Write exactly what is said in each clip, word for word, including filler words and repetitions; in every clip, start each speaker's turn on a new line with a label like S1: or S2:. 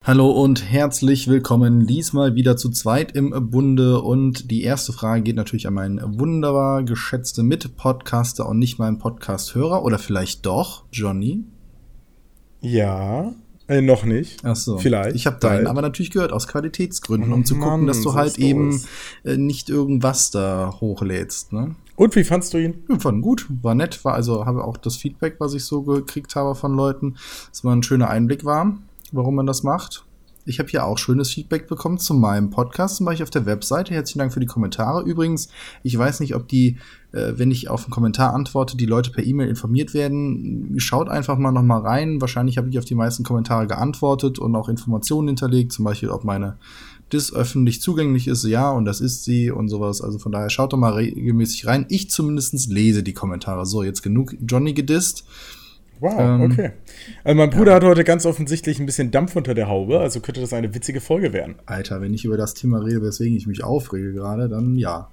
S1: Hallo und herzlich willkommen diesmal wieder zu zweit im Bunde und die erste Frage geht natürlich an meinen wunderbar geschätzten Mitpodcaster und nicht meinen Podcast-Hörer oder vielleicht doch, Johnny?
S2: Ja, äh, noch nicht.
S1: Ach so.
S2: Vielleicht.
S1: Ich habe deinen aber natürlich gehört aus Qualitätsgründen, um zu gucken,
S2: Mann,
S1: dass du
S2: so
S1: halt
S2: ist
S1: eben
S2: das.
S1: äh, nicht irgendwas da hochlädst, ne?
S2: Und wie fandst du ihn?
S1: Ich fand ihn gut, war nett, war also habe auch das Feedback, was ich so gekriegt habe von Leuten, dass mal ein schöner Einblick war, warum man das macht. Ich habe hier auch schönes Feedback bekommen zu meinem Podcast, zum Beispiel auf der Webseite. Herzlichen Dank für die Kommentare. Übrigens, ich weiß nicht, ob die, äh, wenn ich auf einen Kommentar antworte, die Leute per E-Mail informiert werden. Schaut einfach mal noch mal rein. Wahrscheinlich habe ich auf die meisten Kommentare geantwortet und auch Informationen hinterlegt, zum Beispiel, ob meine Dis öffentlich zugänglich ist. Ja, und das ist sie und sowas. Also von daher schaut doch mal regelmäßig rein. Ich zumindest lese die Kommentare. So, jetzt genug Johnny gedisst.
S2: Wow,
S1: Ähm,
S2: okay. Also mein Bruder
S1: ja.
S2: hat heute ganz offensichtlich ein bisschen Dampf unter der Haube, also könnte das eine witzige Folge werden.
S1: Alter, wenn ich über das Thema rede, weswegen ich mich aufrege gerade, dann ja.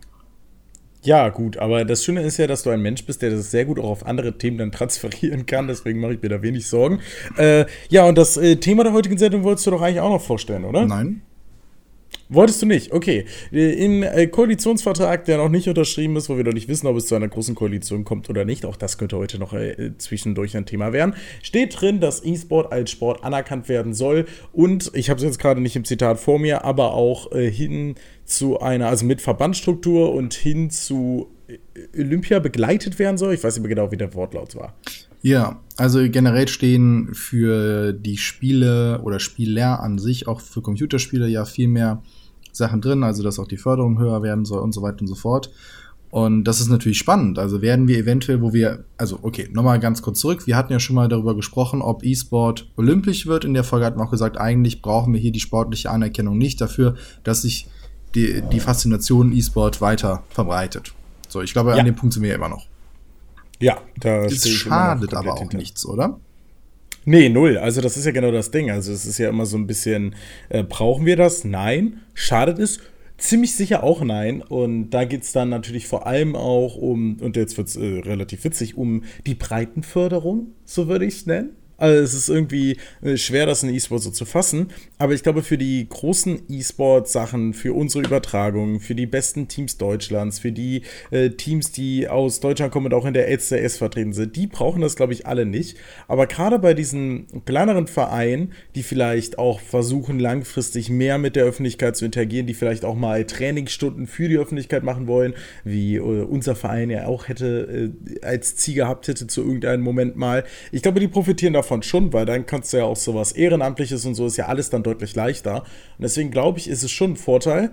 S2: Ja, gut, aber das Schöne ist ja, dass du ein Mensch bist, der das sehr gut auch auf andere Themen dann transferieren kann, deswegen mache ich mir da wenig Sorgen. Äh, ja, und das äh, Thema der heutigen Sendung wolltest du doch eigentlich auch noch vorstellen, oder?
S1: Nein.
S2: Wolltest du nicht? Okay. Im Koalitionsvertrag, der noch nicht unterschrieben ist, wo wir noch nicht wissen, ob es zu einer großen Koalition kommt oder nicht, auch das könnte heute noch äh, zwischendurch ein Thema werden, steht drin, dass E-Sport als Sport anerkannt werden soll und, ich habe es jetzt gerade nicht im Zitat vor mir, aber auch äh, hin zu einer, also mit Verbandsstruktur und hin zu Olympia begleitet werden soll. Ich weiß nicht mehr genau, wie der Wortlaut war.
S1: Ja, also generell stehen für die Spiele oder Spieler an sich, auch für Computerspiele, ja viel mehr Sachen drin, also dass auch die Förderung höher werden soll und so weiter und so fort. Und das ist natürlich spannend. Also werden wir eventuell, wo wir, also okay, nochmal ganz kurz zurück. Wir hatten ja schon mal darüber gesprochen, ob E-Sport olympisch wird. In der Folge hatten wir auch gesagt, eigentlich brauchen wir hier die sportliche Anerkennung nicht dafür, dass sich die, die Faszination E-Sport weiter verbreitet. So, ich glaube,
S2: Ja.
S1: an dem Punkt sind wir ja immer noch.
S2: Ja, da
S1: Es
S2: stehe ich immer noch
S1: schadet
S2: komplett
S1: aber auch
S2: hinter.
S1: nichts, oder?
S2: Nee, null. Also das ist ja genau das Ding. Also es ist ja immer so ein bisschen, äh, brauchen wir das? Nein. Schadet es? Ziemlich sicher auch nein. Und da geht's dann natürlich vor allem auch um, und jetzt wird's äh, relativ witzig, um die Breitenförderung, so würde ich es nennen. Also es ist irgendwie äh, schwer, das in E-Sport so zu fassen. Aber ich glaube, für die großen E-Sport-Sachen, für unsere Übertragungen, für die besten Teams Deutschlands, für die äh, Teams, die aus Deutschland kommen und auch in der L C S vertreten sind, die brauchen das, glaube ich, alle nicht. Aber gerade bei diesen kleineren Vereinen, die vielleicht auch versuchen, langfristig mehr mit der Öffentlichkeit zu interagieren, die vielleicht auch mal Trainingsstunden für die Öffentlichkeit machen wollen, wie äh, unser Verein ja auch hätte, äh, als Ziel gehabt hätte zu irgendeinem Moment mal. Ich glaube, die profitieren davon schon, weil dann kannst du ja auch sowas Ehrenamtliches und so, ist ja alles dann deutlich leichter. Und deswegen glaube ich, ist es schon ein Vorteil.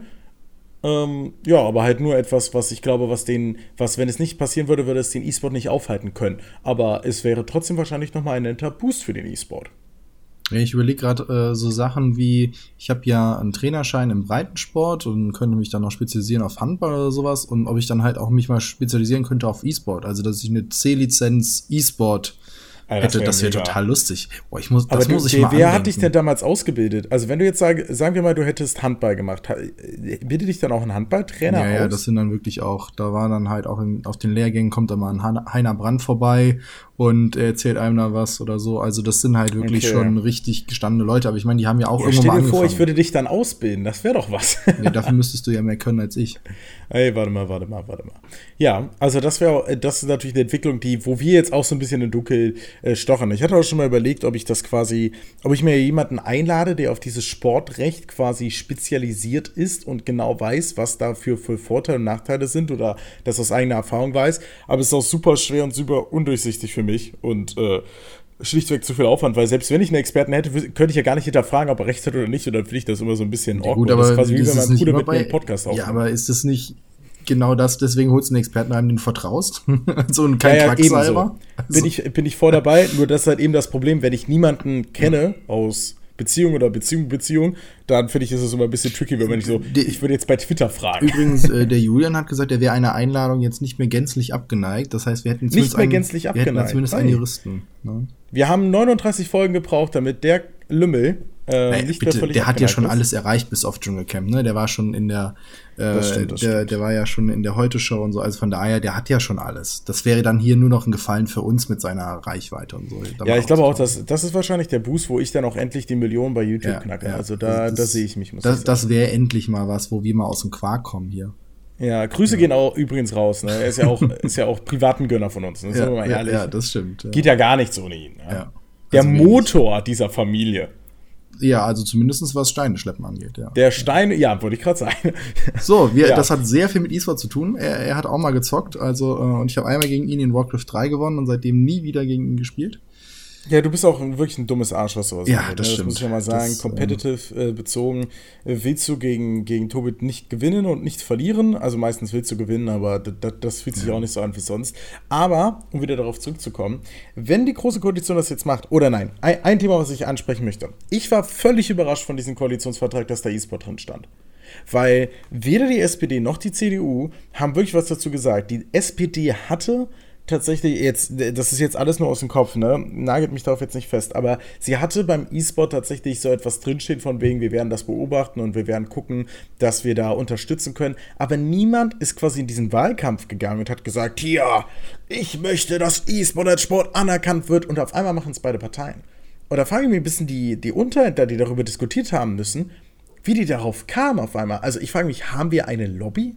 S2: Ähm, ja, aber halt nur etwas, was ich glaube, was den, was, wenn es nicht passieren würde, würde es den E-Sport nicht aufhalten können. Aber es wäre trotzdem wahrscheinlich nochmal ein netter Boost für den E-Sport.
S1: Ja, ich überlege gerade äh, so Sachen wie, ich habe ja einen Trainerschein im Breitensport und könnte mich dann noch spezialisieren auf Handball oder sowas und ob ich dann halt auch mich mal spezialisieren könnte auf E-Sport. Also, dass ich eine C-Lizenz E-Sport
S2: Alter,
S1: hätte, das wäre wär total lustig. Boah, ich muss, das
S2: Aber du,
S1: muss ich
S2: wer,
S1: mal
S2: wer
S1: andenken.
S2: hat dich denn damals ausgebildet? Also wenn du jetzt sag, sagen wir mal, du hättest Handball gemacht, ha- bildet dich dann auch ein Handballtrainer
S1: Ja, ja,
S2: aus?
S1: das sind dann wirklich auch, da war dann halt auch in, auf den Lehrgängen kommt da mal ein Han- Heiner Brandt vorbei und er erzählt einem da was oder so. Also das sind halt wirklich
S2: Okay.
S1: schon richtig gestandene Leute. Aber ich meine, die haben ja auch
S2: Ja,
S1: irgendwann
S2: stell
S1: mal
S2: dir vor,
S1: angefangen.
S2: ich würde dich dann ausbilden, das wäre doch was.
S1: Nee, dafür müsstest du ja mehr können als ich.
S2: Ey, warte mal, warte mal, warte mal. Ja, also das wäre, das ist natürlich eine Entwicklung, die, wo wir jetzt auch so ein bisschen im Dunkel äh, stochern. Ich hatte auch schon mal überlegt, ob ich das quasi, ob ich mir jemanden einlade, der auf dieses Sportrecht quasi spezialisiert ist und genau weiß, was dafür für Vorteile und Nachteile sind oder das aus eigener Erfahrung weiß. Aber es ist auch super schwer und super undurchsichtig für mich und äh, schlichtweg zu viel Aufwand, weil selbst wenn ich einen Experten hätte, wüs- könnte ich ja gar nicht hinterfragen, ob er recht hat oder nicht, und dann finde ich das immer so ein bisschen
S1: Ja,
S2: awkward.
S1: gut,
S2: Das
S1: aber
S2: ist quasi wie
S1: ist
S2: wenn
S1: es
S2: mein
S1: nicht
S2: Bruder
S1: immer
S2: mit mir
S1: bei-
S2: einen Podcast aufnimmt.
S1: Ja, aber ist das nicht genau das, deswegen holst du einen Experten rein, den du vertraust? So ein kein
S2: Ja, ja,
S1: Quacksalber?
S2: ebenso. Bin ich, bin ich voll dabei, nur das ist halt eben das Problem, wenn ich niemanden kenne aus Beziehung oder Beziehung, Beziehung, dann finde ich, ist es immer ein bisschen tricky, wenn man nicht so, ich würde jetzt bei Twitter fragen.
S1: Übrigens, äh, der Julian hat gesagt, er wäre einer Einladung jetzt nicht mehr gänzlich abgeneigt. Das heißt, wir hätten zumindest
S2: mehr
S1: einen,
S2: gänzlich
S1: wir hätten
S2: abgeneigt,
S1: zumindest
S2: nein.
S1: einen Juristen. Ne?
S2: Wir haben neununddreißig Folgen gebraucht, damit der Lümmel äh,
S1: Ey,
S2: nicht
S1: bitte,
S2: mehr völlig
S1: der hat ja schon
S2: ist.
S1: alles erreicht bis auf Dschungelcamp, ne? Der war schon in der, äh,
S2: Das stimmt, das
S1: der,
S2: stimmt.
S1: der war ja schon in der Heute-Show und so, also von daher, der hat ja schon alles. Das wäre dann hier nur noch ein Gefallen für uns mit seiner Reichweite und so. Da
S2: Ja,
S1: mal
S2: ich glaube auch,
S1: aufzutauchen.
S2: das, das ist wahrscheinlich der Boost, wo ich dann auch endlich die Millionen bei YouTube
S1: Ja,
S2: knacke.
S1: ja.
S2: Also da,
S1: Das-
S2: da sehe ich mich, muss
S1: Das,
S2: ich
S1: das
S2: sagen.
S1: wäre endlich mal was, wo wir mal aus dem Quark kommen hier.
S2: Ja, Grüße gehen auch übrigens raus. Ne? Er ist ja auch, ist ja auch privaten Gönner von uns. Ne? Sind wir mal
S1: ja,
S2: ehrlich.
S1: ja, das stimmt. Ja,
S2: Geht ja gar nichts ohne ihn. Ne?
S1: Ja.
S2: Der
S1: Also wenig.
S2: Motor dieser Familie.
S1: Ja, also zumindest was Steine schleppen angeht, ja.
S2: Der Stein, ja, wollte ich gerade sagen.
S1: So, wir,
S2: Ja.
S1: das hat sehr viel mit E-Sport zu tun. Er, er hat auch mal gezockt, also, äh, und ich habe einmal gegen ihn in Warcraft drei gewonnen und seitdem nie wieder gegen ihn gespielt.
S2: Ja, du bist auch ein, wirklich ein dummes Arsch, was sowas
S1: Ja,
S2: angeht,
S1: das
S2: ne?
S1: stimmt.
S2: muss ich ja mal sagen.
S1: Das,
S2: Competitive äh, bezogen äh, willst du gegen, gegen Tobit nicht gewinnen und nicht verlieren. Also meistens willst du gewinnen, aber das, das fühlt sich auch nicht so an wie sonst. Aber, um wieder darauf zurückzukommen, wenn die Große Koalition das jetzt macht, oder nein, ein, ein Thema, was ich ansprechen möchte. Ich war völlig überrascht von diesem Koalitionsvertrag, dass da E-Sport drin stand. Weil weder die S P D noch die C D U haben wirklich was dazu gesagt. Die S P D hatte tatsächlich jetzt, das ist jetzt alles nur aus dem Kopf, ne? Nagelt mich darauf jetzt nicht fest, aber sie hatte beim E-Sport tatsächlich so etwas drinstehen von wegen, wir werden das beobachten und wir werden gucken, dass wir da unterstützen können. Aber niemand ist quasi in diesen Wahlkampf gegangen und hat gesagt, hier, ich möchte, dass E-Sport als Sport anerkannt wird, und auf einmal machen es beide Parteien. Und da frage ich mich ein bisschen die, die Unterhändler, die darüber diskutiert haben müssen, wie die darauf kamen auf einmal. Also ich frage mich, haben wir eine Lobby?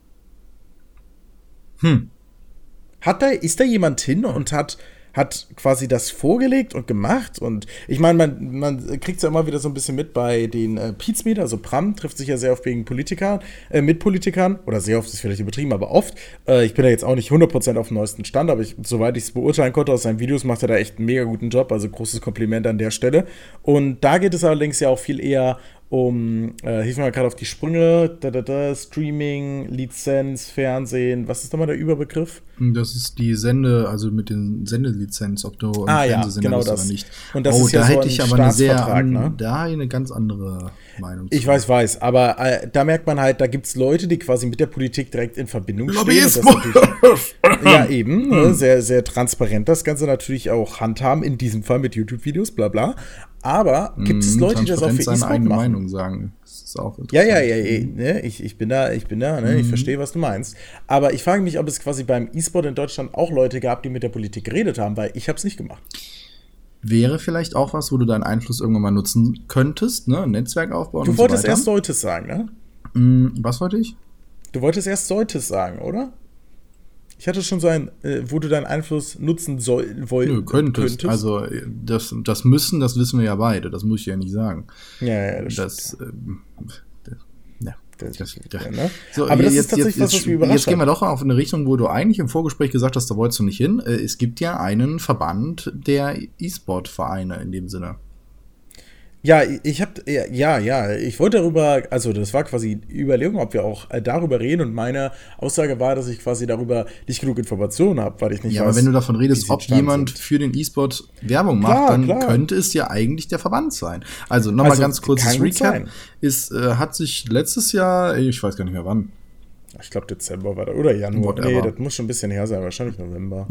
S1: Hm.
S2: Hat da, ist da jemand hin und hat, hat quasi das vorgelegt und gemacht? Und ich meine, man, man kriegt es ja immer wieder so ein bisschen mit bei den äh, Pizmeet, also Pram trifft sich ja sehr oft wegen Politikern, äh, mit Politikern, oder sehr oft ist vielleicht übertrieben, aber oft. Äh, ich bin da jetzt auch nicht hundert Prozent auf dem neuesten Stand, aber ich, soweit ich es beurteilen konnte aus seinen Videos, macht er da echt einen mega guten Job, also großes Kompliment an der Stelle. Und da geht es allerdings ja auch viel eher um, äh, hilf mir mal gerade auf die Sprünge, da, da, da, Streaming, Lizenz, Fernsehen, was ist nochmal der Überbegriff?
S1: Das ist die Sende, also mit den Sendelizenz, ob du im
S2: Ah, ja,
S1: Fernsehsender
S2: genau
S1: bist
S2: das.
S1: oder nicht.
S2: Und das
S1: oh,
S2: ist ja
S1: da
S2: so
S1: hätte
S2: ein
S1: ich aber eine sehr,
S2: Staatsvertrag,
S1: an,
S2: ne?
S1: da eine ganz andere Meinung zu.
S2: Ich weiß, weiß, aber äh, da merkt man halt, da gibt es Leute, die quasi mit der Politik direkt in Verbindung stehen. Und das natürlich- Ja, eben, ne, sehr, sehr transparent das Ganze natürlich auch handhaben, in diesem Fall mit YouTube-Videos, bla bla. Aber gibt es Leute, die das auch für
S1: seine
S2: E-Sport
S1: eigene
S2: machen?
S1: Meinung sagen. Das ist auch
S2: Ja,
S1: interessant.
S2: ja, ja, ja, ne, ich, ich bin da, ich bin da, ne, ich verstehe, was du meinst. Aber ich frage mich, ob es quasi beim E-Sport in Deutschland auch Leute gab, die mit der Politik geredet haben, weil ich habe es nicht gemacht.
S1: Wäre vielleicht auch was, wo du deinen Einfluss irgendwann mal nutzen könntest, ne? Ein Netzwerk aufbauen
S2: Du
S1: und
S2: wolltest
S1: so weiter.
S2: erst solltest sagen, ne?
S1: Mm, Was wollte ich?
S2: Du wolltest erst solltest sagen, oder? Ich hatte schon so ein, äh, wo du deinen Einfluss nutzen soll, woll,
S1: Nö, könntest. Also das, das müssen, das wissen wir ja beide. Das muss ich ja nicht sagen.
S2: Ja, ja, das,
S1: Das, ähm, ja.
S2: das,
S1: Das,
S2: das,
S1: ja.
S2: ja, ne?
S1: So,
S2: Aber das
S1: jetzt,
S2: ist tatsächlich
S1: jetzt,
S2: was, was
S1: jetzt,
S2: mich überrascht
S1: jetzt gehen wir
S2: hat.
S1: doch auf eine Richtung, wo du eigentlich im Vorgespräch gesagt hast, da wolltest du nicht hin. Äh, Es gibt ja einen Verband der E-Sport-Vereine in dem Sinne.
S2: Ja, ich hab, ja, ja, ja, ich wollte darüber, also das war quasi die Überlegung, ob wir auch äh, darüber reden, und meine Aussage war, dass ich quasi darüber nicht genug Informationen habe, weil ich nicht
S1: Ja,
S2: weiß,
S1: aber wenn du davon
S2: wie
S1: redest,
S2: sie
S1: ob
S2: entstanden
S1: jemand
S2: sind.
S1: für den E-Sport Werbung macht,
S2: Klar,
S1: dann
S2: klar.
S1: könnte es ja eigentlich der Verband sein. Also nochmal
S2: Also,
S1: ganz kurzes
S2: kann gut
S1: Recap.
S2: sein.
S1: Ist, äh, hat sich letztes Jahr, ich weiß gar nicht mehr wann,
S2: Ich glaube Dezember war da, oder Januar,
S1: Whatever.
S2: nee, das muss schon ein bisschen her sein, wahrscheinlich November.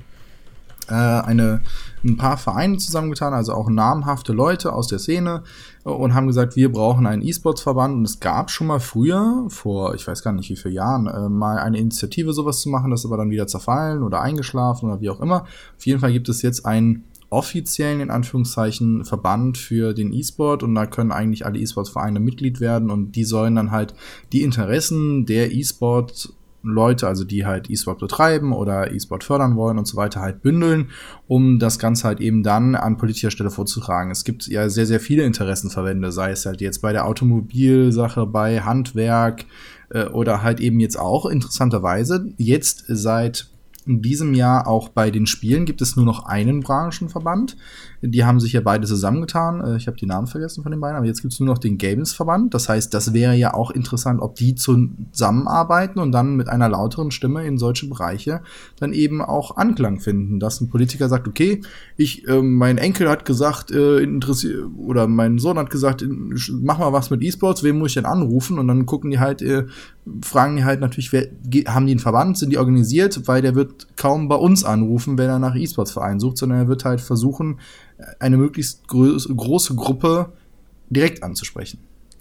S1: äh, eine, ein paar Vereine zusammengetan, also auch namhafte Leute aus der Szene, äh, und haben gesagt, wir brauchen einen E-Sports-Verband. Und es gab schon mal früher, vor ich weiß gar nicht wie viele Jahren, äh, mal eine Initiative, sowas zu machen, das ist aber dann wieder zerfallen oder eingeschlafen oder wie auch immer. Auf jeden Fall gibt es jetzt einen offiziellen, in Anführungszeichen, Verband für den E-Sport, und da können eigentlich alle E-Sports-Vereine Mitglied werden, und die sollen dann halt die Interessen der E-Sport Leute, also die halt E-Sport betreiben oder E-Sport fördern wollen und so weiter, halt bündeln, um das Ganze halt eben dann an politischer Stelle vorzutragen. Es gibt ja sehr, sehr viele Interessenverbände, sei es halt jetzt bei der Automobilsache, bei Handwerk äh, oder halt eben jetzt auch interessanterweise jetzt seit in diesem Jahr auch bei den Spielen gibt es nur noch einen Branchenverband. Die haben sich ja beide zusammengetan. Ich habe die Namen vergessen von den beiden, aber jetzt gibt es nur noch den Games-Verband. Das heißt, das wäre ja auch interessant, ob die zusammenarbeiten und dann mit einer lauteren Stimme in solche Bereiche dann eben auch Anklang finden. Dass ein Politiker sagt, okay, ich, äh, mein Enkel hat gesagt, äh, interessiert, oder mein Sohn hat gesagt, mach mal was mit E-Sports, wen muss ich denn anrufen? Und dann gucken die halt, äh, fragen die halt natürlich, wer, haben die einen Verband, sind die organisiert? Weil der wird kaum bei uns anrufen, wenn er nach E-Sports-Vereinen sucht, sondern er wird halt versuchen, eine möglichst grö- große Gruppe direkt anzusprechen.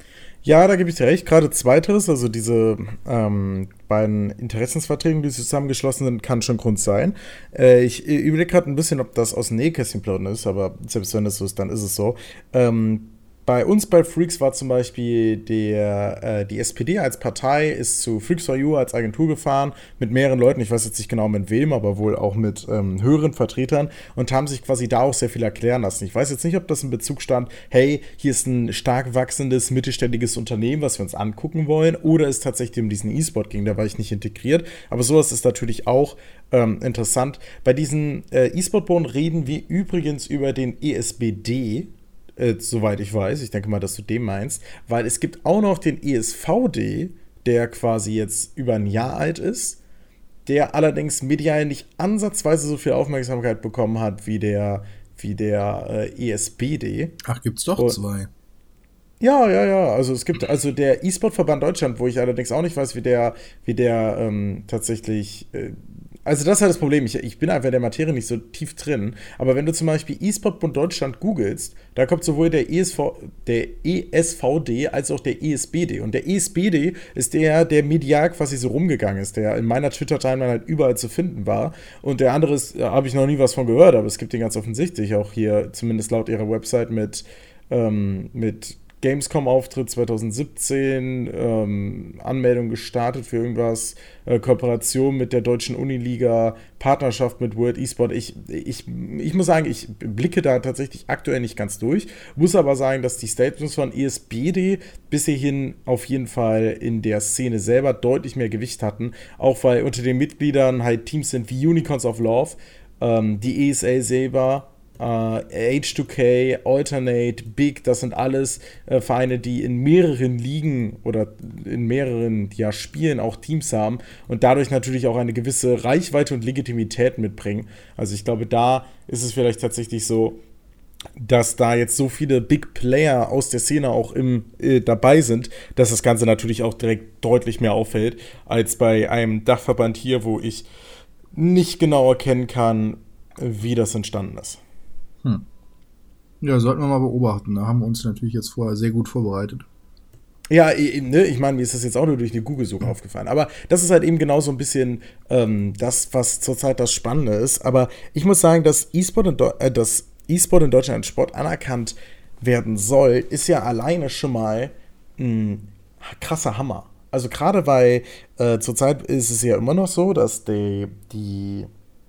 S2: Ja, da gebe ich dir recht. Gerade zweiteres, also diese ähm, beiden Interessensverträge, die zusammengeschlossen sind, kann schon Grund sein. Äh, ich überlege gerade ein bisschen, ob das aus dem Nähkästchen plaudern ist, aber selbst wenn das so ist, dann ist es so. Ähm, Bei uns bei Freaks war zum Beispiel der, äh, die S P D als Partei ist zu Freaks for You als Agentur gefahren mit mehreren Leuten, ich weiß jetzt nicht genau mit wem, aber wohl auch mit ähm, höheren Vertretern und haben sich quasi da auch sehr viel erklären lassen. Ich weiß jetzt nicht, ob das in Bezug stand, hey, hier ist ein stark wachsendes, mittelständiges Unternehmen, was wir uns angucken wollen, oder es tatsächlich um diesen E-Sport ging, da war ich nicht integriert, aber sowas ist natürlich auch ähm, interessant. Bei diesen äh, E-Sport-Bohren reden wir übrigens über den E S B D, Äh, soweit ich weiß, ich denke mal, dass du den meinst, weil es gibt auch noch den E S V D, der quasi jetzt über ein Jahr alt ist, der allerdings medial nicht ansatzweise so viel Aufmerksamkeit bekommen hat wie der, wie der äh, E S B D.
S1: Ach, gibt's doch
S2: Und,
S1: zwei.
S2: Ja, ja, ja, also es gibt also der E-Sport-Verband Deutschland, wo ich allerdings auch nicht weiß, wie der, wie der ähm, tatsächlich, äh, also das ist halt das Problem, ich, ich bin einfach in der Materie nicht so tief drin, aber wenn du zum Beispiel E-Sport-Bund Deutschland googelst, da kommt sowohl der, E S V, der E S V D als auch der E S B D und der E S B D ist der, der medial quasi so rumgegangen ist, der in meiner Twitter-Timeline halt überall zu finden war und der andere ist, da habe ich noch nie was von gehört, aber es gibt den ganz offensichtlich auch hier, zumindest laut ihrer Website mit, ähm, mit Gamescom-Auftritt zwanzig siebzehn, ähm, Anmeldung gestartet für irgendwas, äh, Kooperation mit der Deutschen Uniliga, Partnerschaft mit World eSport. Ich, ich, ich muss sagen, ich blicke da tatsächlich aktuell nicht ganz durch, muss aber sagen, dass die Statements von E S B D bis hierhin auf jeden Fall in der Szene selber deutlich mehr Gewicht hatten, auch weil unter den Mitgliedern halt Teams sind wie Unicorns of Love, ähm, die E S L selber, Uh, H zwei K, Alternate, Big, das sind alles äh, Vereine, die in mehreren Ligen oder in mehreren ja, Spielen auch Teams haben und dadurch natürlich auch eine gewisse Reichweite und Legitimität mitbringen. Also ich glaube, da ist es vielleicht tatsächlich so, dass da jetzt so viele Big Player aus der Szene auch im, äh, dabei sind, dass das Ganze natürlich auch direkt deutlich mehr auffällt, als bei einem Dachverband hier, wo ich nicht genau erkennen kann, wie das entstanden ist.
S1: Hm. Ja, sollten wir mal beobachten. Da haben wir uns natürlich jetzt vorher sehr gut vorbereitet.
S2: Ja, ich, ne, ich meine, mir ist das jetzt auch nur durch eine Google-Suche mhm. aufgefallen. Aber das ist halt eben genau so ein bisschen ähm, das, was zurzeit das Spannende ist. Aber ich muss sagen, dass E-Sport in, Do- äh, dass E-Sport in Deutschland als Sport anerkannt werden soll, ist ja alleine schon mal ein krasser Hammer. Also gerade weil äh, zurzeit ist es ja immer noch so, dass die, die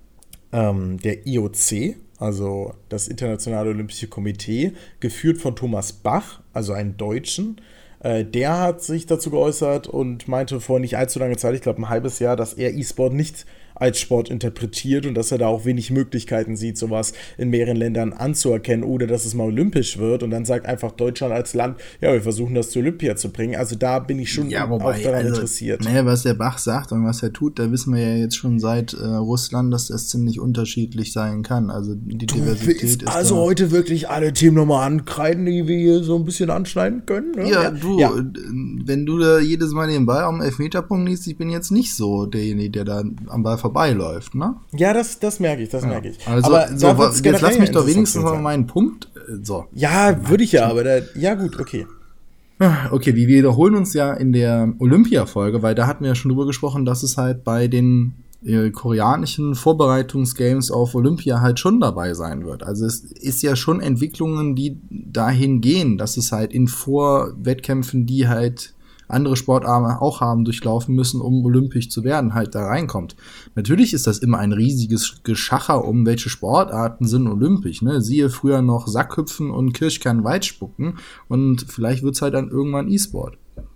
S2: ähm, der I O C, also das Internationale Olympische Komitee, geführt von Thomas Bach, also einem Deutschen, äh, der hat sich dazu geäußert und meinte vor nicht allzu langer Zeit, ich glaube ein halbes Jahr, dass er E-Sport nicht als Sport interpretiert und dass er da auch wenig Möglichkeiten sieht, sowas in mehreren Ländern anzuerkennen oder dass es mal olympisch wird und dann sagt einfach Deutschland als Land, ja, wir versuchen das zu Olympia zu bringen. Also da bin ich schon
S1: ja, wobei,
S2: auch daran
S1: also,
S2: interessiert.
S1: Naja, was der Bach sagt und was er tut, da wissen wir ja jetzt schon seit äh, Russland, dass das ziemlich unterschiedlich sein kann. Also die
S2: du
S1: Diversität
S2: willst
S1: ist
S2: also
S1: da
S2: heute wirklich alle Themen nochmal ankreiden, die wir hier so ein bisschen anschneiden können? Ne?
S1: Ja, du,
S2: ja.
S1: wenn du da jedes Mal den Ball am Elfmeterpunkt liest, ich bin jetzt nicht so derjenige, der da am Ball vorbeiläuft, ne?
S2: Ja, das, das merke ich, das ja. merke ich.
S1: Also,
S2: aber
S1: so, jetzt lass mich doch wenigstens mal meinen Punkt. So.
S2: Ja, würde ich ja, aber da, ja gut, okay.
S1: Okay, wir wiederholen uns ja in der Olympia-Folge, weil da hatten wir ja schon drüber gesprochen, dass es halt bei den äh, koreanischen Vorbereitungsgames auf Olympia halt schon dabei sein wird. Also es ist ja schon Entwicklungen, die dahin gehen, dass es halt in Vorwettkämpfen, die halt andere Sportarten auch haben, durchlaufen müssen, um olympisch zu werden, halt da reinkommt. Natürlich ist das immer ein riesiges Geschacher um, welche Sportarten sind olympisch, ne? Siehe früher noch Sackhüpfen und Kirschkernweitspucken und vielleicht wird's halt dann irgendwann E-Sport.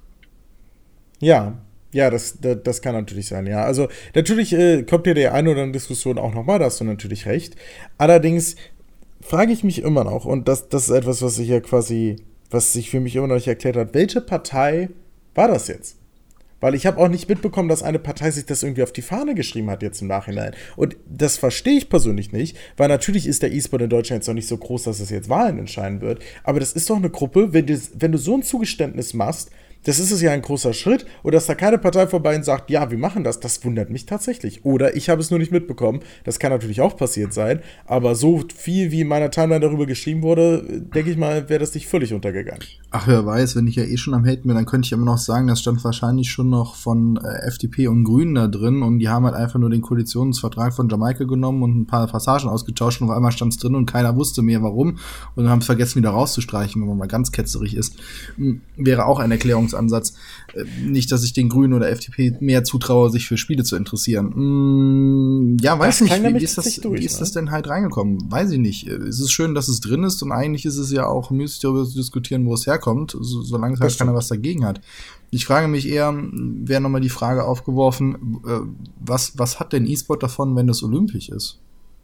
S2: Ja, ja, das, das, das kann natürlich sein, ja. Also natürlich äh, kommt ja der eine oder andere Diskussion auch nochmal, da hast du natürlich recht. Allerdings frage ich mich immer noch, und das, das ist etwas, was sich ja quasi, was sich für mich immer noch nicht erklärt hat, welche Partei war das jetzt? Weil ich habe auch nicht mitbekommen, dass eine Partei sich das irgendwie auf die Fahne geschrieben hat jetzt im Nachhinein. Und das verstehe ich persönlich nicht, weil natürlich ist der E-Sport in Deutschland jetzt noch nicht so groß, dass es jetzt Wahlen entscheiden wird. Aber das ist doch eine Gruppe, wenn du, wenn du so ein Zugeständnis machst, Das ist es ja ein großer Schritt. Und dass da keine Partei vorbei und sagt, ja, wir machen das, das wundert mich tatsächlich. Oder ich habe es nur nicht mitbekommen. Das kann natürlich auch passiert sein. Aber so viel, wie in meiner Timeline darüber geschrieben wurde, denke ich mal, wäre das nicht völlig untergegangen.
S1: Ach, wer weiß, wenn ich ja eh schon am Haten bin, dann könnte ich immer noch sagen, das stand wahrscheinlich schon noch von äh, F D P und Grünen da drin. Und die haben halt einfach nur den Koalitionsvertrag von Jamaika genommen und ein paar Passagen ausgetauscht. Und auf einmal stand es drin und keiner wusste mehr, warum. Und dann haben es vergessen, wieder rauszustreichen, wenn man mal ganz ketzerig ist. Wäre auch ein Erklärungsansatz. Nicht, dass ich den Grünen oder F D P mehr zutraue, sich für Spiele zu interessieren. Ja, weiß
S2: Das
S1: nicht,
S2: klang
S1: wie, wie ist, das,
S2: durch,
S1: wie ist
S2: ne?
S1: das denn halt reingekommen? Weiß ich nicht. Es ist schön, dass es drin ist und eigentlich ist es ja auch müßig darüber zu diskutieren, wo es herkommt, so, solange es halt
S2: Das
S1: keiner
S2: stimmt.
S1: was dagegen hat. Ich frage mich eher, wäre nochmal die Frage aufgeworfen, äh, was, was hat denn E-Sport davon, wenn es olympisch ist?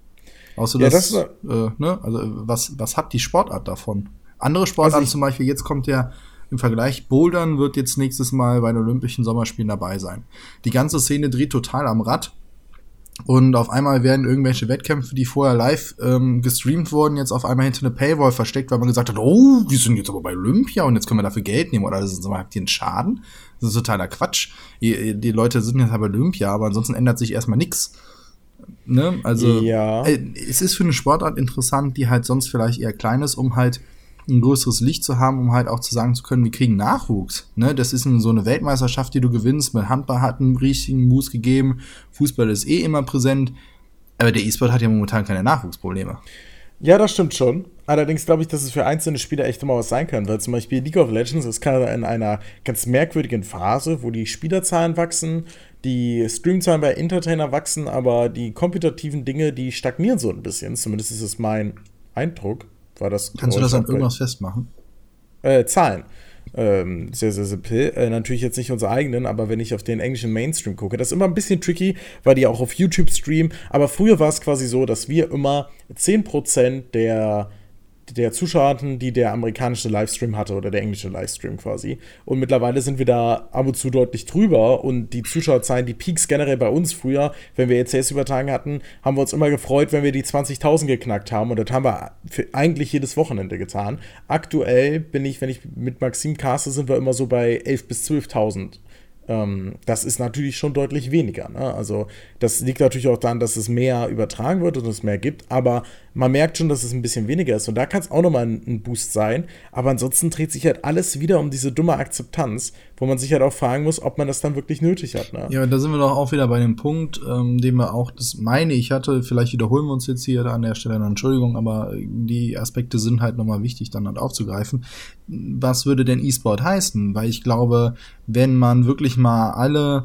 S1: Außer
S2: Ja,
S1: dass,
S2: das
S1: äh, ne, also was, was hat die Sportart davon? Andere Sportarten
S2: Also ich-
S1: zum Beispiel, jetzt kommt ja im Vergleich, Bouldern wird jetzt nächstes Mal bei den Olympischen Sommerspielen dabei sein. Die ganze Szene dreht total am Rad und auf einmal werden irgendwelche Wettkämpfe, die vorher live ähm, gestreamt wurden, jetzt auf einmal hinter eine Paywall versteckt, weil man gesagt hat, oh, wir sind jetzt aber bei Olympia und jetzt können wir dafür Geld nehmen oder das ist, habt ihr einen Schaden? Das ist totaler Quatsch. Die, die Leute sind jetzt bei Olympia, aber ansonsten ändert sich erstmal nichts. Ne? Also
S2: Ja.
S1: äh, es ist für eine Sportart interessant, die halt sonst vielleicht eher klein ist, um halt ein größeres Licht zu haben, um halt auch zu sagen zu können, wir kriegen Nachwuchs. Ne? Das ist so eine Weltmeisterschaft, die du gewinnst. Mit Handball hat einen richtigen Boost gegeben. Fußball ist eh immer präsent. Aber der E-Sport hat ja momentan keine Nachwuchsprobleme.
S2: Ja, das stimmt schon. Allerdings glaube ich, dass es für einzelne Spieler echt immer was sein kann, weil zum Beispiel League of Legends ist gerade in einer ganz merkwürdigen Phase, wo die Spielerzahlen wachsen, die Streamzahlen bei Entertainer wachsen, aber die kompetitiven Dinge, die stagnieren so ein bisschen. Zumindest ist es mein Eindruck. War das
S1: Kannst du das an
S2: bei-
S1: irgendwas festmachen?
S2: Äh, Zahlen. Ähm, sehr, sehr simpel. Äh, natürlich jetzt nicht unsere eigenen, aber wenn ich auf den englischen Mainstream gucke, das ist immer ein bisschen tricky, weil die auch auf YouTube streamen. Aber früher war es quasi so, dass wir immer zehn Prozent der, der Zuschauer hatten, die der amerikanische Livestream hatte oder der englische Livestream quasi. Und mittlerweile sind wir da ab und zu deutlich drüber und die Zuschauerzahlen, die Peaks generell bei uns früher, wenn wir E C S übertragen hatten, haben wir uns immer gefreut, wenn wir die zwanzigtausend geknackt haben und das haben wir für eigentlich jedes Wochenende getan. Aktuell bin ich, wenn ich mit Maxim caste, sind wir immer so bei elftausend bis zwölftausend. Ähm, das ist natürlich schon deutlich weniger. Ne? Also das liegt natürlich auch daran, dass es mehr übertragen wird und es mehr gibt, aber man merkt schon, dass es ein bisschen weniger ist und da kann es auch nochmal ein, ein Boost sein, aber ansonsten dreht sich halt alles wieder um diese dumme Akzeptanz, wo man sich halt auch fragen muss, ob man das dann wirklich nötig hat. Ne?
S1: Ja, da sind wir doch auch wieder bei dem Punkt, ähm, den wir auch, das meine ich hatte, vielleicht wiederholen wir uns jetzt hier an der Stelle, Entschuldigung, aber die Aspekte sind halt nochmal wichtig, dann halt aufzugreifen. Was würde denn E-Sport heißen? Weil ich glaube, wenn man wirklich mal alle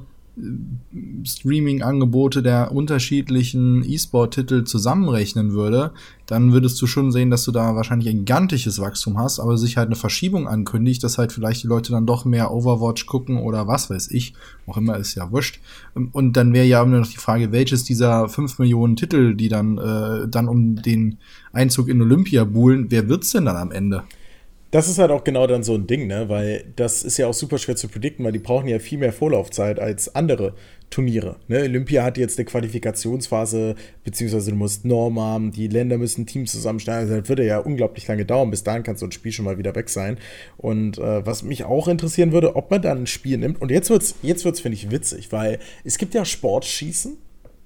S1: Streaming-Angebote der unterschiedlichen E-Sport-Titel zusammenrechnen würde, dann würdest du schon sehen, dass du da wahrscheinlich ein gigantisches Wachstum hast, aber sich halt eine Verschiebung ankündigt, dass halt vielleicht die Leute dann doch mehr Overwatch gucken oder was weiß ich, auch immer, ist ja wurscht. Und dann wäre ja nur noch die Frage, welches dieser fünf Millionen Titel, die dann, äh, dann um den Einzug in Olympia buhlen, wer wird's denn dann am Ende?
S2: Das ist halt auch genau dann so ein Ding, ne? Weil das ist ja auch super schwer zu predikten, weil die brauchen ja viel mehr Vorlaufzeit als andere Turniere. Ne? Olympia hat jetzt eine Qualifikationsphase, beziehungsweise du musst Norm haben, die Länder müssen Teams zusammenstellen. Also das würde ja unglaublich lange dauern. Bis dahin kann so ein Spiel schon mal wieder weg sein. Und äh, was mich auch interessieren würde, ob man dann ein Spiel nimmt. Und jetzt wird's, jetzt wird's, finde ich, witzig, weil es gibt ja Sportschießen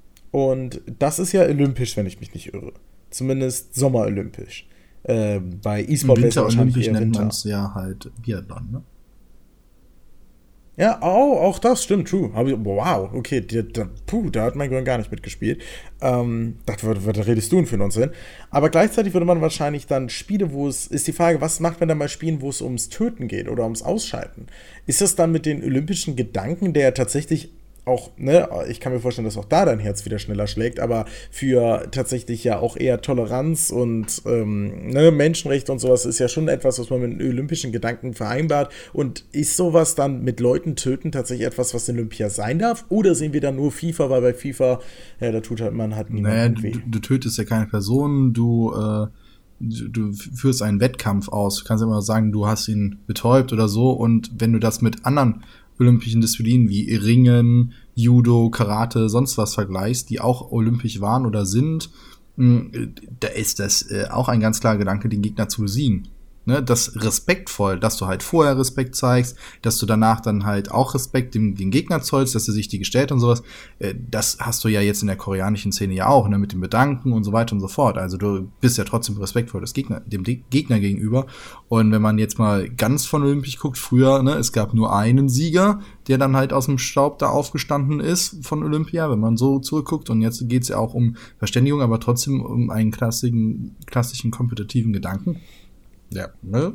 S2: und das ist ja olympisch, wenn ich mich nicht irre. Zumindest sommerolympisch. Äh, bei E-Sport wäre es wahrscheinlich
S1: Winterolympisch
S2: eher
S1: nennt
S2: Winter.
S1: man es ja halt Biathlon, ne?
S2: Ja, oh, auch das stimmt, true. Hab ich, wow, okay, da, da, puh, da hat mein Gehirn gar nicht mitgespielt. Ähm, das, was, was redest du denn für einen Unsinn? Aber gleichzeitig würde man wahrscheinlich dann Spiele, wo es, ist die Frage, was macht man dann bei Spielen, wo es ums Töten geht oder ums Ausschalten? Ist das dann mit den olympischen Gedanken, der tatsächlich auch, ne, ich kann mir vorstellen, dass auch da dein Herz wieder schneller schlägt, aber für tatsächlich ja auch eher Toleranz und ähm, ne, Menschenrechte und sowas ist ja schon etwas, was man mit den olympischen Gedanken vereinbart. Und ist sowas dann mit Leuten töten tatsächlich etwas, was in Olympia sein darf? Oder sehen wir dann nur FIFA, weil bei FIFA, ja, da tut halt man halt
S1: Naja,
S2: niemanden
S1: du,
S2: weh.
S1: du tötest ja keine Person, du, äh, du, du führst einen Wettkampf aus. Du kannst immer sagen, du hast ihn betäubt oder so. Und wenn du das mit anderen olympischen Disziplinen wie Ringen, Judo, Karate, sonst was vergleichst, die auch olympisch waren oder sind, mh, da ist das äh, auch ein ganz klarer Gedanke, den Gegner zu besiegen. Ne, das respektvoll, dass du halt vorher Respekt zeigst, dass du danach dann halt auch Respekt dem, dem Gegner zollst, dass er sich die gestellt und sowas. Äh, das hast du ja jetzt in der koreanischen Szene ja auch, ne, mit dem Bedanken und so weiter und so fort. Also du bist ja trotzdem respektvoll des Gegner, dem De- Gegner gegenüber. Und wenn man jetzt mal ganz von Olympisch guckt, früher, ne, es gab nur einen Sieger, der dann halt aus dem Staub da aufgestanden ist von Olympia, wenn man so zurückguckt. Und jetzt geht's ja auch um Verständigung, aber trotzdem um einen klassischen, klassischen kompetitiven Gedanken. Ja, ne?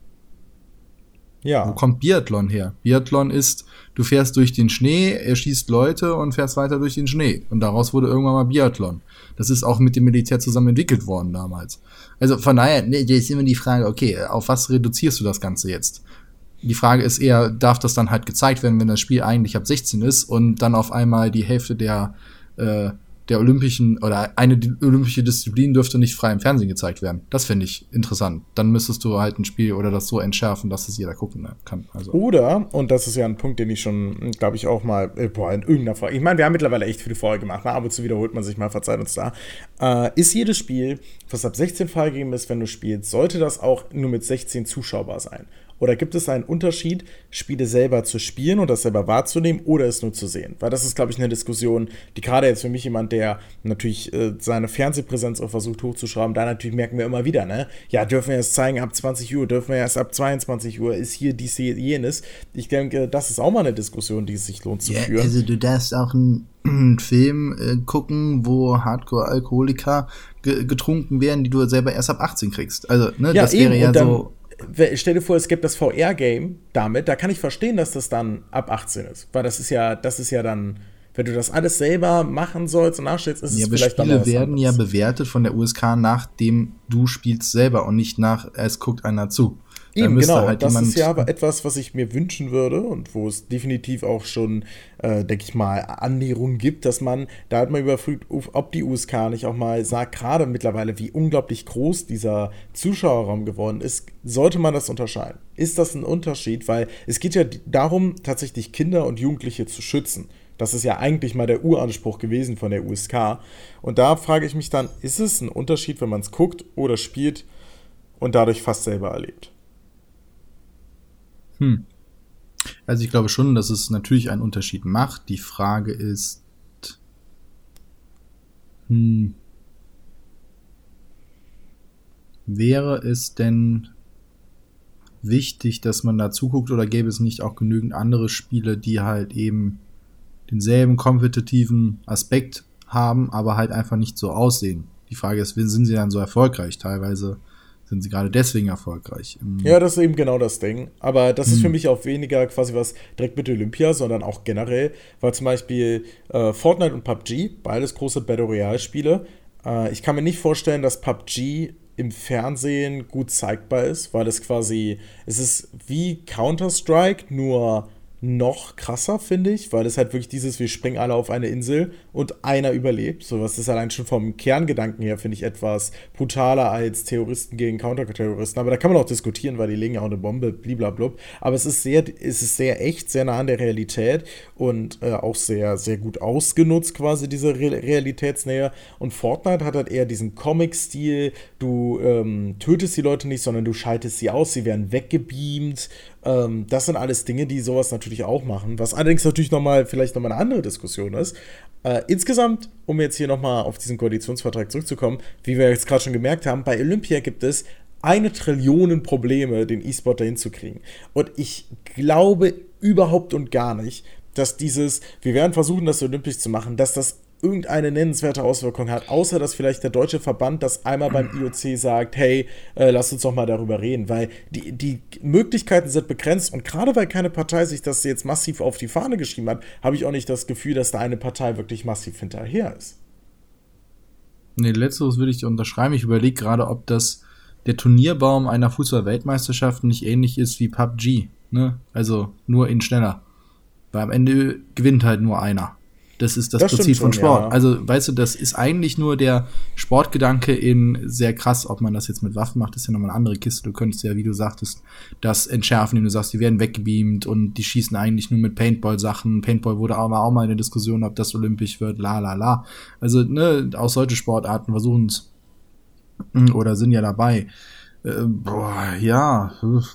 S2: Ja.
S1: Wo kommt Biathlon her? Biathlon ist, du fährst durch den Schnee, erschießt Leute und fährst weiter durch den Schnee. Und daraus wurde irgendwann mal Biathlon. Das ist auch mit dem Militär zusammen entwickelt worden damals. Also von daher, ne, da ist immer die Frage, okay, auf was reduzierst du das Ganze jetzt? Die Frage ist eher, darf das dann halt gezeigt werden, wenn das Spiel eigentlich ab sechzehn ist und dann auf einmal die Hälfte der äh, der olympischen, oder eine olympische Disziplin dürfte nicht frei im Fernsehen gezeigt werden. Das finde ich interessant. Dann müsstest du halt ein Spiel oder das so entschärfen, dass es jeder gucken kann. Also.
S2: Oder, und das ist ja ein Punkt, den ich schon, glaube ich, auch mal, äh, boah, in irgendeiner Folge, ich meine, wir haben mittlerweile echt viele Folgen gemacht, ne? Ab und zu wiederholt man sich mal, verzeiht uns da. Äh, ist jedes Spiel, was ab sechzehn freigegeben ist, wenn du spielst, sollte das auch nur mit sechzehn zuschaubar sein? Oder gibt es einen Unterschied, Spiele selber zu spielen und das selber wahrzunehmen oder es nur zu sehen? Weil das ist, glaube ich, eine Diskussion, die gerade jetzt für mich jemand, der natürlich äh, seine Fernsehpräsenz auch versucht hochzuschrauben, da natürlich merken wir immer wieder, ne? Ja, dürfen wir erst zeigen ab zwanzig Uhr, dürfen wir erst ab zweiundzwanzig Uhr, ist hier dies, hier, jenes. Ich denke, das ist auch mal eine Diskussion, die es sich lohnt zu
S1: yeah,
S2: führen.
S1: Also du darfst auch einen Film äh, gucken, wo Hardcore-Alkoholiker ge- getrunken werden, die du selber erst ab achtzehn kriegst. Also, ne,
S2: ja,
S1: das wäre
S2: eben,
S1: ja
S2: dann,
S1: so.
S2: Stell dir vor, es gibt das V R-Game damit, da kann ich verstehen, dass das dann ab achtzehn ist. Weil das ist ja, das ist ja dann, wenn du das alles selber machen sollst und nachstellst, ist
S1: ja,
S2: es vielleicht dann
S1: Spiele
S2: was
S1: werden
S2: anderes.
S1: ja bewertet von der U S K, nachdem du spielst selber und nicht nach, es guckt einer zu.
S2: Eben, genau,
S1: halt
S2: das ist ja aber etwas, was ich mir wünschen würde und wo es definitiv auch schon, äh, denke ich mal, Annäherungen gibt, dass man da halt mal überprüft, ob die U S K nicht auch mal sagt, gerade mittlerweile, wie unglaublich groß dieser Zuschauerraum geworden ist, sollte man das unterscheiden. Ist das ein Unterschied? Weil es geht ja darum, tatsächlich Kinder und Jugendliche zu schützen. Das ist ja eigentlich mal der Uranspruch gewesen von der U S K. Und da frage ich mich dann, ist es ein Unterschied, wenn man es guckt oder spielt und dadurch fast selber erlebt?
S1: Hm. Also ich glaube schon, dass es natürlich einen Unterschied macht. Die Frage ist, hm, wäre es denn wichtig, dass man da zuguckt, oder gäbe es nicht auch genügend andere Spiele, die halt eben denselben kompetitiven Aspekt haben, aber halt einfach nicht so aussehen? Die Frage ist, sind sie dann so erfolgreich? Teilweise sind sie gerade deswegen erfolgreich.
S2: Ja, das ist eben genau das Ding. Aber das ist
S1: Mhm.
S2: für mich auch weniger quasi was direkt mit Olympia, sondern auch generell, weil zum Beispiel äh, Fortnite und P U B G, beides große Battle Royale-Spiele. Äh, ich kann mir nicht vorstellen, dass P U B G im Fernsehen gut zeigbar ist, weil es quasi, es ist wie Counter-Strike, nur noch krasser, finde ich, weil es halt wirklich dieses, wir springen alle auf eine Insel und einer überlebt. So was ist allein schon vom Kerngedanken her, finde ich, etwas brutaler als Terroristen gegen Counterterroristen. Aber da kann man auch diskutieren, weil die legen ja auch eine Bombe, bliblablub. Aber es ist sehr, es ist sehr echt, sehr nah an der Realität und äh, auch sehr, sehr gut ausgenutzt, quasi diese Re- Realitätsnähe. Und Fortnite hat halt eher diesen Comic-Stil, du ähm, tötest die Leute nicht, sondern du schaltest sie aus, sie werden weggebeamt. Ähm, das sind alles Dinge, die sowas natürlich auch machen, was allerdings natürlich nochmal, vielleicht nochmal eine andere Diskussion ist. Äh, insgesamt, um jetzt hier nochmal auf diesen Koalitionsvertrag zurückzukommen, wie wir jetzt gerade schon gemerkt haben, bei Olympia gibt es eine Trillion Probleme, den E-Sport dahin zu kriegen. Und ich glaube überhaupt und gar nicht, dass dieses, wir werden versuchen, das olympisch zu machen, dass das irgendeine nennenswerte Auswirkung hat, außer dass vielleicht der deutsche Verband das einmal beim I O C sagt, hey, äh, lass uns doch mal darüber reden, weil die, die Möglichkeiten sind begrenzt und gerade weil keine Partei sich das jetzt massiv auf die Fahne geschrieben hat, habe ich auch nicht das Gefühl, dass da eine Partei wirklich massiv hinterher ist.
S1: Nee, letzteres würde ich unterschreiben. Ich überlege gerade, ob das der Turnierbaum einer Fußball-Weltmeisterschaft nicht ähnlich ist wie P U B G, ne? Also nur in schneller. Weil am Ende gewinnt halt nur einer. Das ist das, das Prinzip von Sport. Ja. Also, weißt du, das ist eigentlich nur der Sportgedanke in sehr krass, ob man das jetzt mit Waffen macht, ist ja nochmal eine andere Kiste. Du könntest ja, wie du sagtest, das entschärfen, indem du sagst, die werden weggebeamt und die schießen eigentlich nur mit Paintball-Sachen. Paintball wurde aber auch mal eine Diskussion, ob das olympisch wird, la la la. Also, ne, auch solche Sportarten versuchen es oder sind ja dabei. Äh, boah, ja,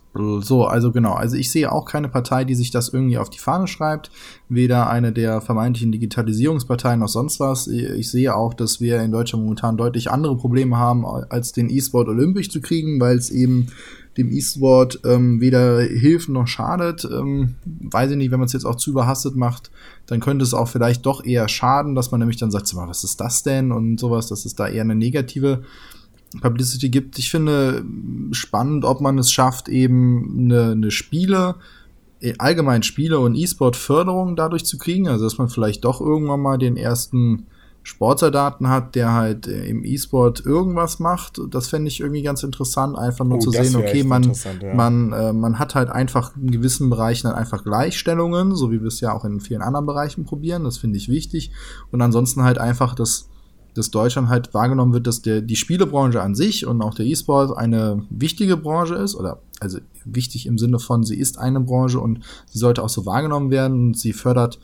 S1: so, also genau. Also ich sehe auch keine Partei, die sich das irgendwie auf die Fahne schreibt. Weder eine der vermeintlichen Digitalisierungsparteien noch sonst was. Ich sehe auch, dass wir in Deutschland momentan deutlich andere Probleme haben, als den E-Sport olympisch zu kriegen, weil es eben dem E-Sport ähm, weder hilft noch schadet. Ähm, weiß ich nicht, wenn man es jetzt auch zu überhastet macht, dann könnte es auch vielleicht doch eher schaden, dass man nämlich dann sagt, was ist das denn und sowas, dass es da eher eine negative Publicity gibt. Ich finde spannend, ob man es schafft, eben eine, eine Spiele, allgemein Spiele und E-Sport-Förderung dadurch zu kriegen, also dass man vielleicht doch irgendwann mal den ersten Sportsoldaten hat, der halt im E-Sport irgendwas macht. Das fände ich irgendwie ganz interessant, einfach nur oh, zu sehen, okay, man, ja. man, äh, man hat halt einfach in gewissen Bereichen dann einfach Gleichstellungen, so wie wir es ja auch in vielen anderen Bereichen probieren. Das finde ich wichtig. Und ansonsten halt einfach, dass, dass Deutschland halt wahrgenommen wird, dass der, die Spielebranche an sich und auch der E-Sport eine wichtige Branche ist, oder also wichtig im Sinne von, sie ist eine Branche und sie sollte auch so wahrgenommen werden und sie fördert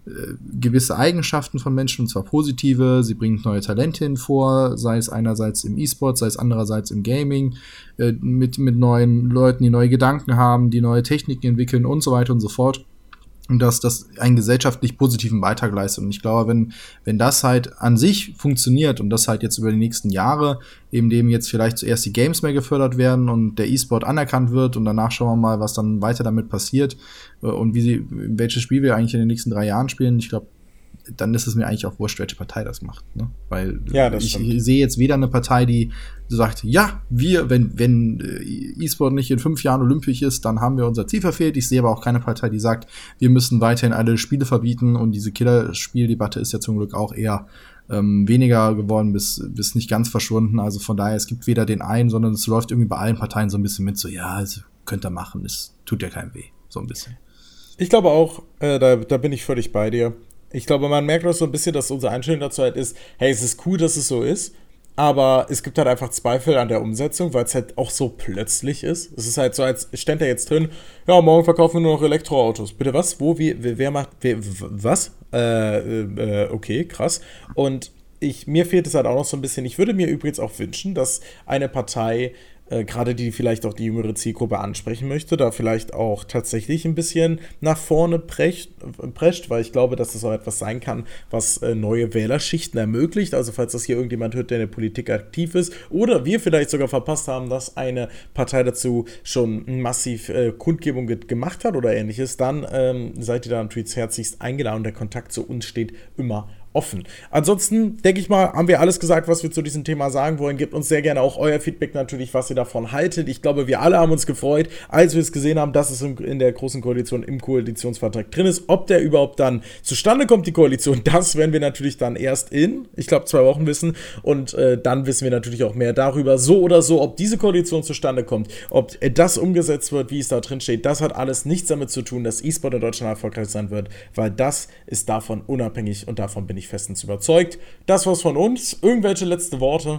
S1: gewisse Eigenschaften von Menschen, und zwar positive. Sie bringt neue Talente hin vor, sei es einerseits im E-Sport, sei es andererseits im Gaming, äh, mit, mit neuen Leuten, die neue Gedanken haben, die neue Techniken entwickeln und so weiter und so fort. Und dass das einen gesellschaftlich positiven Beitrag leistet. Und ich glaube, wenn, wenn das halt an sich funktioniert und das halt jetzt über die nächsten Jahre, eben dem jetzt vielleicht zuerst die Games mehr gefördert werden und der E-Sport anerkannt wird und danach schauen wir mal, was dann weiter damit passiert und wie sie, welches Spiel wir eigentlich in den nächsten drei Jahren spielen. Ich glaube, dann ist es mir eigentlich auch wurscht, welche Partei das macht, ne? Weil
S2: ja, das
S1: ich
S2: stimmt.
S1: sehe jetzt weder eine Partei, die sagt, ja, wir, wenn, wenn E-Sport nicht in fünf Jahren olympisch ist, dann haben wir unser Ziel verfehlt. Ich sehe aber auch keine Partei, die sagt, wir müssen weiterhin alle Spiele verbieten, und diese Killerspieldebatte ist ja zum Glück auch eher ähm, weniger geworden, bis, bis nicht ganz verschwunden. Also von daher, es gibt weder den einen, sondern es läuft irgendwie bei allen Parteien so ein bisschen mit, so, ja, also könnt ihr machen, es tut ja keinem weh, so ein bisschen.
S2: Ich glaube auch, äh, da, da bin ich völlig bei dir. Ich glaube, man merkt auch so ein bisschen, dass unsere Einstellung dazu halt ist, hey, es ist cool, dass es so ist, aber es gibt halt einfach Zweifel an der Umsetzung, weil es halt auch so plötzlich ist. Es ist halt so, als stand da jetzt drin, ja, morgen verkaufen wir nur noch Elektroautos. Bitte was? Wo? Wie? Wer macht? Wer, was? Äh, äh, okay, krass. Und ich, mir fehlt es halt auch noch so ein bisschen. Ich würde mir übrigens auch wünschen, dass eine Partei, Äh, gerade die vielleicht auch die jüngere Zielgruppe ansprechen möchte, da vielleicht auch tatsächlich ein bisschen nach vorne prescht, prescht, weil ich glaube, dass das auch etwas sein kann, was äh, neue Wählerschichten ermöglicht. Also falls das hier irgendjemand hört, der in der Politik aktiv ist, oder wir vielleicht sogar verpasst haben, dass eine Partei dazu schon massiv äh, Kundgebung ge- gemacht hat oder ähnliches, dann ähm, seid ihr da natürlich herzlichst eingeladen und der Kontakt zu uns steht immer offen. Ansonsten, denke ich mal, haben wir alles gesagt, was wir zu diesem Thema sagen wollen. Gebt uns sehr gerne auch euer Feedback natürlich, was ihr davon haltet. Ich glaube, wir alle haben uns gefreut, als wir es gesehen haben, dass es in der Großen Koalition im Koalitionsvertrag drin ist. Ob der überhaupt dann zustande kommt, die Koalition, das werden wir natürlich dann erst in, ich glaube, zwei Wochen wissen. Und äh, dann wissen wir natürlich auch mehr darüber, so oder so, ob diese Koalition zustande kommt, ob das umgesetzt wird, wie es da drin steht. Das hat alles nichts damit zu tun, dass E-Sport in Deutschland erfolgreich sein wird, weil das ist davon unabhängig und davon bin ich festens überzeugt. Das war's von uns. Irgendwelche letzte Worte?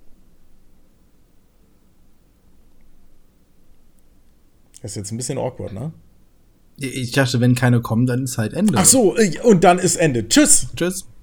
S2: Das ist jetzt ein bisschen awkward, ne?
S1: Ich dachte, wenn keine kommen, dann ist halt Ende.
S2: Ach so, und dann ist Ende. Tschüss.
S1: Tschüss.